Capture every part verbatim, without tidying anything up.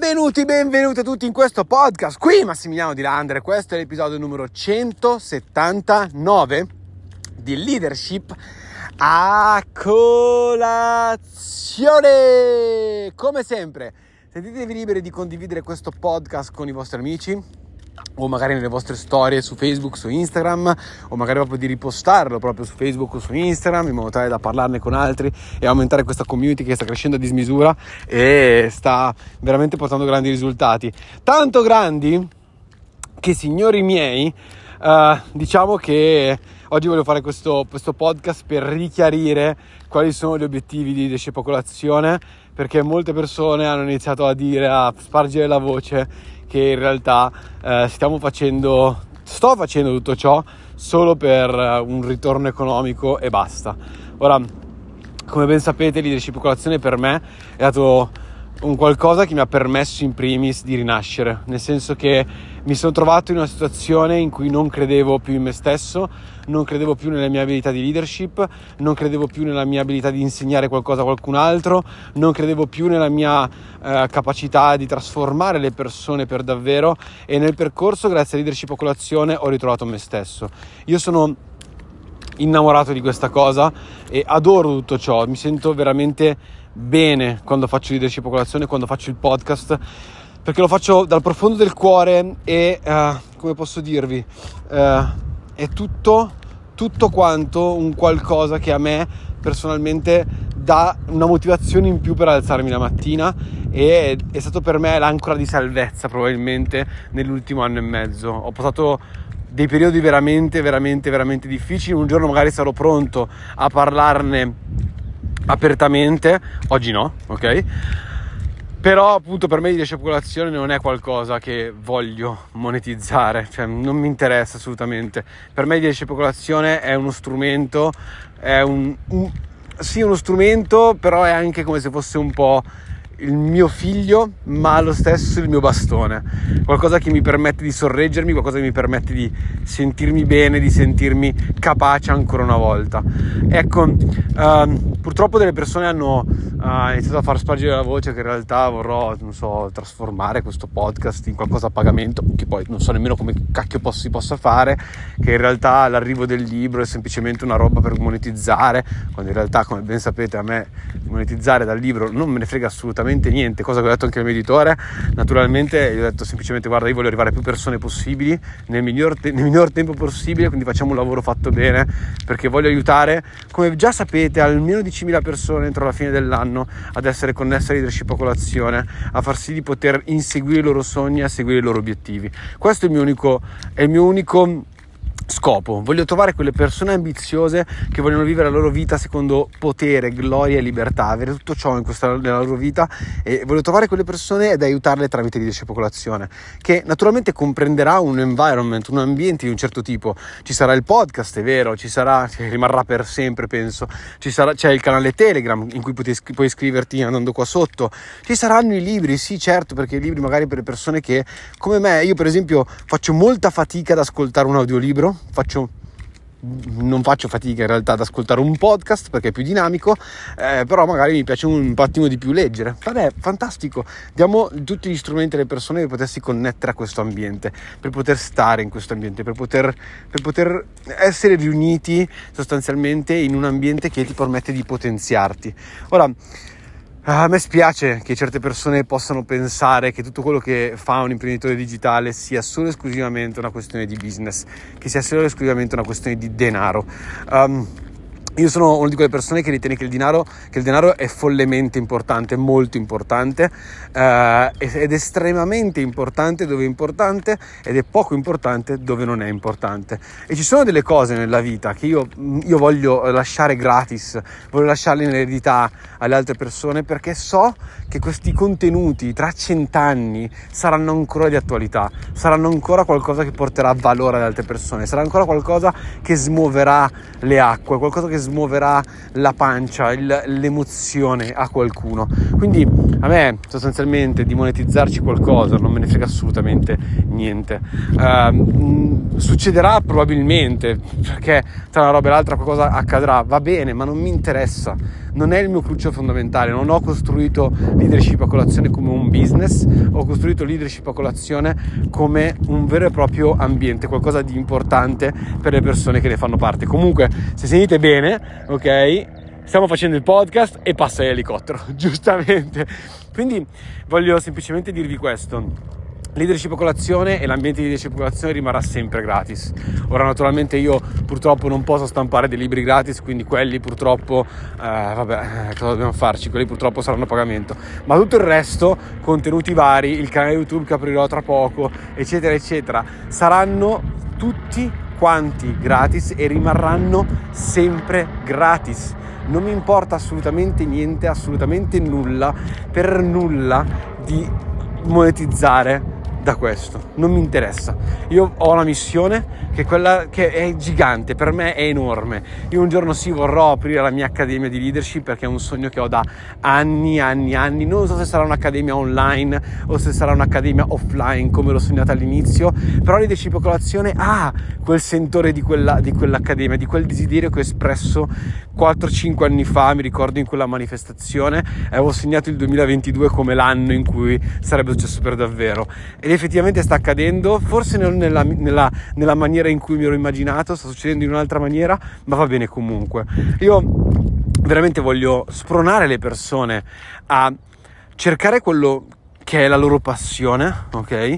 Benvenuti, benvenuti a tutti in questo podcast. Qui Massimiliano Di Landre, questo è l'episodio numero centosettantanove di Leadership a colazione. Come sempre, sentitevi liberi di condividere questo podcast con i vostri amici, o magari nelle vostre storie su Facebook, su Instagram, o magari proprio di ripostarlo proprio su Facebook o su Instagram, in modo tale da parlarne con altri e aumentare questa community che sta crescendo a dismisura e sta veramente portando grandi risultati, tanto grandi che, signori miei, uh, diciamo che oggi voglio fare questo, questo podcast per richiarire quali sono gli obiettivi di Leadership a colazione, perché molte persone hanno iniziato a dire, a spargere la voce che in realtà eh, stiamo facendo, sto facendo tutto ciò solo per un ritorno economico e basta. Ora, come ben sapete, Leadership a colazione per me è stato un qualcosa che mi ha permesso in primis di rinascere, nel senso che mi sono trovato in una situazione in cui non credevo più in me stesso, non credevo più nelle mie abilità di leadership, non credevo più nella mia abilità di insegnare qualcosa a qualcun altro, non credevo più nella mia eh, capacità di trasformare le persone per davvero, e nel percorso, grazie a Leadership a colazione, ho ritrovato me stesso. Io sono innamorato di questa cosa e adoro tutto ciò, mi sento veramente bene quando faccio Leadership a colazione, quando faccio il podcast, perché lo faccio dal profondo del cuore e uh, come posso dirvi, uh, è tutto tutto quanto un qualcosa che a me personalmente dà una motivazione in più per alzarmi la mattina, e è stato per me l'ancora di salvezza probabilmente nell'ultimo anno e mezzo. Ho passato dei periodi veramente veramente veramente difficili, un giorno magari sarò pronto a parlarne apertamente, oggi no, ok? Però appunto per me Leadership a colazione non è qualcosa che voglio monetizzare, cioè non mi interessa assolutamente. Per me Leadership a colazione è uno strumento, è un, un sì uno strumento, però è anche come se fosse un po' il mio figlio, ma allo stesso il mio bastone, qualcosa che mi permette di sorreggermi, qualcosa che mi permette di sentirmi bene, di sentirmi capace ancora una volta. Ecco, uh, purtroppo delle persone hanno uh, iniziato a far spargere la voce che in realtà vorrò, non so, trasformare questo podcast in qualcosa a pagamento, che poi non so nemmeno come cacchio posso, si possa fare, che in realtà l'arrivo del libro è semplicemente una roba per monetizzare, quando in realtà, come ben sapete, a me monetizzare dal libro non me ne frega assolutamente niente, cosa che ho detto anche al mio editore. Naturalmente gli ho detto semplicemente: guarda, io voglio arrivare a più persone possibili nel miglior, te- nel miglior tempo possibile, quindi facciamo un lavoro fatto bene, perché voglio aiutare, come già sapete, almeno diecimila persone entro la fine dell'anno ad essere connesse a Leadership a colazione, a far sì di poter inseguire i loro sogni, a seguire i loro obiettivi. Questo è il mio unico è il mio unico scopo. Voglio trovare quelle persone ambiziose che vogliono vivere la loro vita secondo potere, gloria e libertà, avere tutto ciò in questa, nella loro vita, e voglio trovare quelle persone ed aiutarle tramite Leadership a colazione, che naturalmente comprenderà un environment, un ambiente di un certo tipo. Ci sarà il podcast, è vero, ci sarà, rimarrà per sempre penso, ci sarà, c'è il canale Telegram in cui puoi, puoi iscriverti andando qua sotto, ci saranno i libri, sì certo, perché i libri magari per le persone che come me, io per esempio faccio molta fatica ad ascoltare un audiolibro, faccio non faccio fatica in realtà ad ascoltare un podcast perché è più dinamico, eh, però magari mi piace un, un attimo di più leggere. Vabbè, fantastico, diamo tutti gli strumenti alle persone per potersi connettere a questo ambiente, per poter stare in questo ambiente, per poter, per poter essere riuniti sostanzialmente in un ambiente che ti permette di potenziarti. Ora, a me spiace che certe persone possano pensare che tutto quello che fa un imprenditore digitale sia solo esclusivamente una questione di business, che sia solo esclusivamente una questione di denaro. Um, Io sono una di quelle persone che ritiene che il denaro, che il denaro è follemente importante, molto importante, eh, ed è estremamente importante dove è importante ed è poco importante dove non è importante. E ci sono delle cose nella vita che io, io voglio lasciare gratis, voglio lasciarle in eredità alle altre persone, perché so che questi contenuti tra cent'anni saranno ancora di attualità, saranno ancora qualcosa che porterà valore alle altre persone, sarà ancora qualcosa che smuoverà le acque, qualcosa che smuoverà la pancia, il, l'emozione a qualcuno. Quindi a me sostanzialmente di monetizzarci qualcosa non me ne frega assolutamente niente. Uh, succederà probabilmente, perché tra una roba e l'altra qualcosa accadrà, va bene, ma non mi interessa. non è il mio cruccio fondamentale. Non ho costruito leadership a colazione come un business, ho costruito leadership a colazione come un vero e proprio ambiente, qualcosa di importante per le persone che ne fanno parte. Comunque, se sentite bene, ok, stiamo facendo il podcast e passa l'elicottero, giustamente. Quindi voglio semplicemente dirvi questo: leadership a colazione e l'ambiente di leadership a colazione rimarrà sempre gratis. Ora naturalmente io purtroppo non posso stampare dei libri gratis, quindi quelli purtroppo eh, vabbè, cosa dobbiamo farci? Quelli purtroppo saranno a pagamento, ma tutto il resto, contenuti vari, il canale YouTube che aprirò tra poco, eccetera eccetera, saranno tutti quanti gratis e rimarranno sempre gratis. Non mi importa assolutamente niente, assolutamente nulla, per nulla di monetizzare da questo, non mi interessa. Io ho una missione che è quella che è gigante, per me è enorme. Io un giorno sì vorrò aprire la mia accademia di leadership, perché è un sogno che ho da anni, anni, anni. Non so se sarà un'accademia online o se sarà un'accademia offline come l'ho sognata all'inizio, però leadership a colazione ha quel sentore di quella di quell'accademia, di quel desiderio che ho espresso quattro cinque anni fa. Mi ricordo in quella manifestazione avevo segnato il duemilaventidue come l'anno in cui sarebbe successo per davvero, ed effettivamente sta accadendo, forse non nella, nella, nella maniera in cui mi ero immaginato, sta succedendo in un'altra maniera, ma va bene comunque. Io veramente voglio spronare le persone a cercare quello che è la loro passione, ok?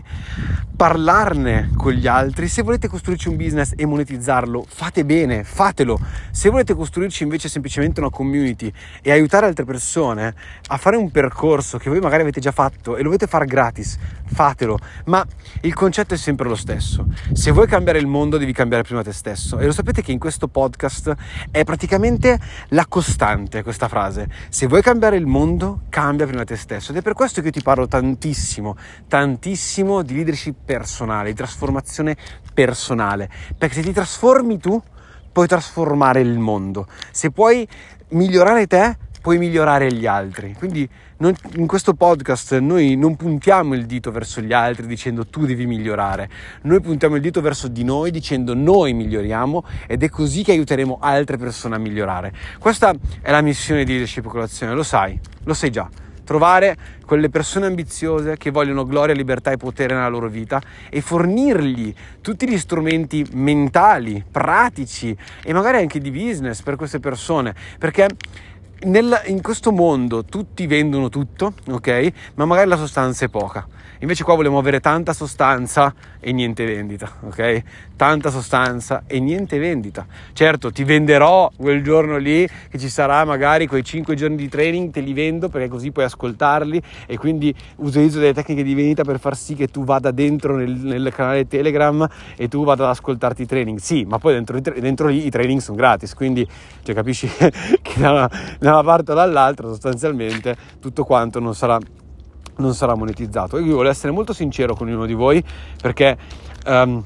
Parlarne con gli altri. Se volete costruirci un business e monetizzarlo, fate bene, fatelo. Se volete costruirci invece semplicemente una community e aiutare altre persone a fare un percorso che voi magari avete già fatto e lo volete fare gratis, fatelo. Ma il concetto è sempre lo stesso: se vuoi cambiare il mondo devi cambiare prima te stesso, e lo sapete che in questo podcast è praticamente la costante questa frase: se vuoi cambiare il mondo cambia prima te stesso. Ed è per questo che io ti parlo tantissimo tantissimo di leadership personale, di trasformazione personale, perché se ti trasformi tu puoi trasformare il mondo. Se puoi migliorare te puoi migliorare gli altri. Quindi non, in questo podcast noi non puntiamo il dito verso gli altri dicendo tu devi migliorare, noi puntiamo il dito verso di noi dicendo noi miglioriamo, ed è così che aiuteremo altre persone a migliorare. Questa è la missione di Leadership a Colazione, lo sai, lo sai già. Trovare quelle persone ambiziose che vogliono gloria, libertà e potere nella loro vita e fornirgli tutti gli strumenti mentali, pratici e magari anche di business per queste persone, perché nel, in questo mondo tutti vendono tutto, ok? Ma magari la sostanza è poca. Invece qua vogliamo avere tanta sostanza e niente vendita, ok? Tanta sostanza e niente vendita. Certo, ti venderò quel giorno lì che ci sarà magari quei cinque giorni di training, te li vendo perché così puoi ascoltarli, e quindi utilizzo delle tecniche di vendita per far sì che tu vada dentro nel, nel canale Telegram e tu vada ad ascoltarti i training. Sì, ma poi dentro, dentro lì i training sono gratis, quindi cioè, capisci che da una, da una parte o dall'altra sostanzialmente tutto quanto non sarà non sarà monetizzato. Io voglio essere molto sincero con ognuno di voi, perché um,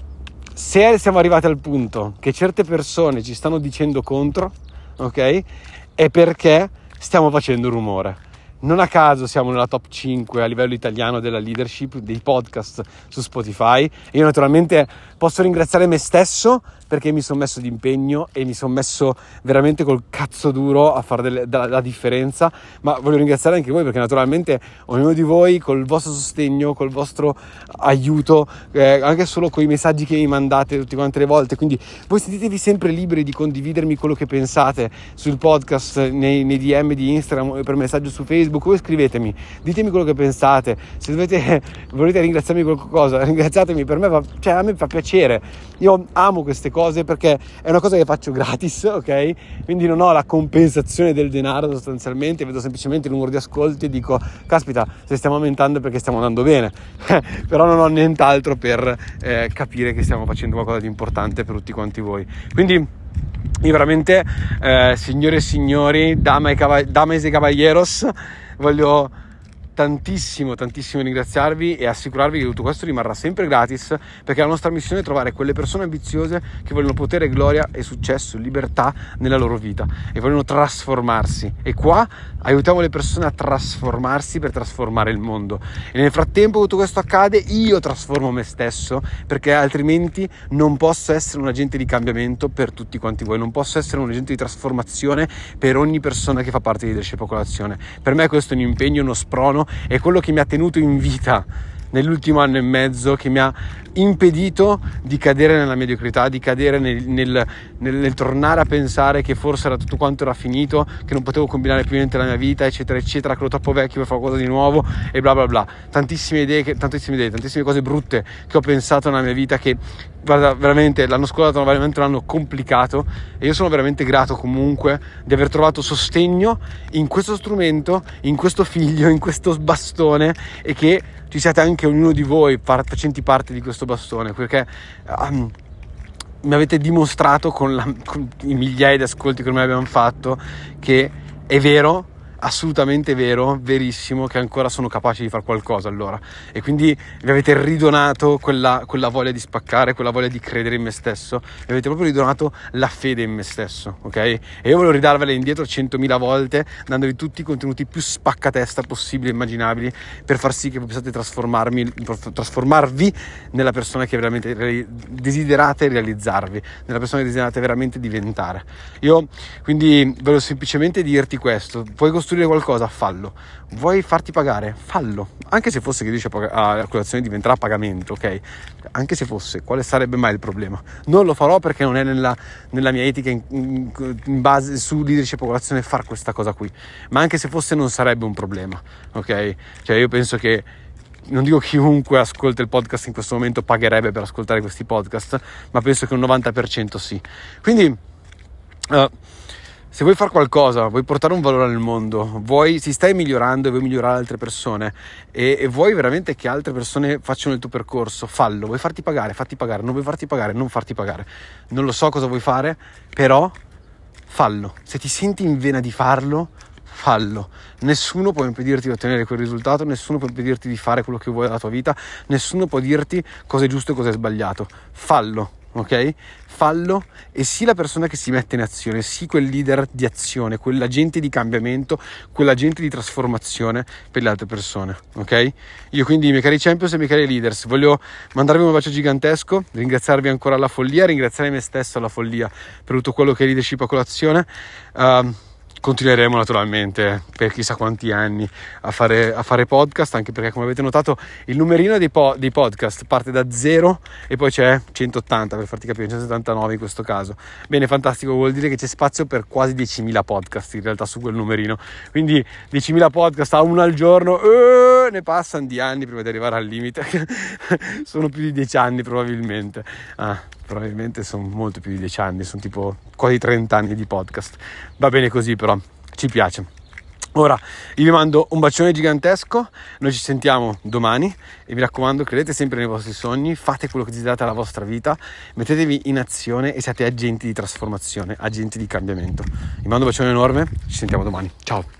se siamo arrivati al punto che certe persone ci stanno dicendo contro, ok, è perché stiamo facendo rumore. Non a caso siamo nella top cinque a livello italiano della leadership, dei podcast su Spotify. Io naturalmente posso ringraziare me stesso perché mi sono messo d'impegno e mi sono messo veramente col cazzo duro a fare delle, la, la differenza, ma voglio ringraziare anche voi, perché naturalmente ognuno di voi col vostro sostegno, col vostro aiuto, eh, anche solo con i messaggi che mi mandate tutte quante le volte, quindi voi sentitevi sempre liberi di condividermi quello che pensate sul podcast, nei, nei D M di Instagram, per messaggio su Facebook. Voi scrivetemi, ditemi quello che pensate. Se dovete, volete ringraziarmi qualcosa, ringraziatemi, per me va, cioè a me fa piacere. Io amo queste cose perché è una cosa che faccio gratis, ok? Quindi non ho la compensazione del denaro sostanzialmente, vedo semplicemente il numero di ascolti e dico caspita, se stiamo aumentando è perché stiamo andando bene. Però non ho nient'altro per eh, capire che stiamo facendo qualcosa di importante per tutti quanti voi. Quindi io veramente, eh, signore e signori, damas e cavalleros, voglio tantissimo, tantissimo ringraziarvi e assicurarvi che tutto questo rimarrà sempre gratis, perché la nostra missione è trovare quelle persone ambiziose che vogliono potere, gloria e successo, libertà nella loro vita e vogliono trasformarsi. E qua aiutiamo le persone a trasformarsi per trasformare il mondo. E nel frattempo tutto questo accade, io trasformo me stesso, perché altrimenti non posso essere un agente di cambiamento per tutti quanti voi, non posso essere un agente di trasformazione per ogni persona che fa parte di Leadership a Colazione. Per me questo è un impegno, uno sprono, è quello che mi ha tenuto in vita nell'ultimo anno e mezzo, che mi ha impedito di cadere nella mediocrità, di cadere nel, nel, nel, nel tornare a pensare che forse era tutto quanto era finito, che non potevo combinare più niente nella mia vita, eccetera eccetera, che ero troppo vecchio per fare qualcosa di nuovo e bla bla bla. Tantissime idee, che, tantissime idee, tantissime cose brutte che ho pensato nella mia vita, che guarda, veramente l'anno scorso è stato veramente un anno complicato, e io sono veramente grato comunque di aver trovato sostegno in questo strumento, in questo figlio, in questo bastone, e che ci siate anche ognuno di voi facenti parte di questo bastone, perché um, mi avete dimostrato con, la, con i migliaia di ascolti che ormai abbiamo fatto che è vero, assolutamente vero, verissimo, che ancora sono capace di fare qualcosa allora. E quindi vi avete ridonato quella, quella voglia di spaccare, quella voglia di credere in me stesso, mi avete proprio ridonato la fede in me stesso, ok? E io voglio ridarvela indietro centomila volte, dandovi tutti i contenuti più spaccatesta possibili e immaginabili, per far sì che possiate trasformarmi, trasformarvi nella persona che veramente re- desiderate realizzarvi, nella persona che desiderate veramente diventare. Io quindi voglio semplicemente dirti questo: puoi costruire qualcosa, fallo. Vuoi farti pagare, fallo, anche se fosse che dice la colazione diventerà a pagamento, ok? Anche se fosse, quale sarebbe mai il problema? Non lo farò perché non è nella, nella mia etica in, in, in base su Leadership a Colazione far questa cosa qui, ma anche se fosse non sarebbe un problema, ok? Cioè io penso che, non dico chiunque ascolta il podcast in questo momento pagherebbe per ascoltare questi podcast, ma penso che un novanta per cento sì. Quindi uh, se vuoi fare qualcosa, vuoi portare un valore nel mondo, vuoi, si stai migliorando e vuoi migliorare altre persone e, e vuoi veramente che altre persone facciano il tuo percorso, fallo. Vuoi farti pagare, fatti pagare. Non vuoi farti pagare, non farti pagare. Non lo so cosa vuoi fare, però fallo. Se ti senti in vena di farlo, fallo. Nessuno può impedirti di ottenere quel risultato, nessuno può impedirti di fare quello che vuoi della tua vita, nessuno può dirti cosa è giusto e cosa è sbagliato. Fallo. Ok? Fallo e sii la persona che si mette in azione, sii quel leader di azione, quell'agente di cambiamento, quell'agente di trasformazione per le altre persone, ok? Io quindi, miei cari champions e miei cari leaders, voglio mandarvi un bacio gigantesco, ringraziarvi ancora alla follia, ringraziare me stesso alla follia per tutto quello che è Leadership a Colazione. uh, Continueremo naturalmente per chissà quanti anni a fare, a fare podcast, anche perché, come avete notato, il numerino dei, po- dei podcast parte da zero e poi c'è centottanta, per farti capire, centottantanove in questo caso. Bene, fantastico, vuol dire che c'è spazio per quasi diecimila podcast in realtà su quel numerino, quindi diecimila podcast a uno al giorno, eh, ne passano di anni prima di arrivare al limite. Sono più di dieci anni probabilmente, ah, probabilmente sono molto più di dieci anni, sono tipo quasi trenta anni di podcast. Va bene così, però ci piace. Ora io vi mando un bacione gigantesco, noi ci sentiamo domani e mi raccomando, credete sempre nei vostri sogni, fate quello che desiderate alla vostra vita, mettetevi in azione e siate agenti di trasformazione, agenti di cambiamento. Vi mando un bacione enorme, ci sentiamo domani, ciao!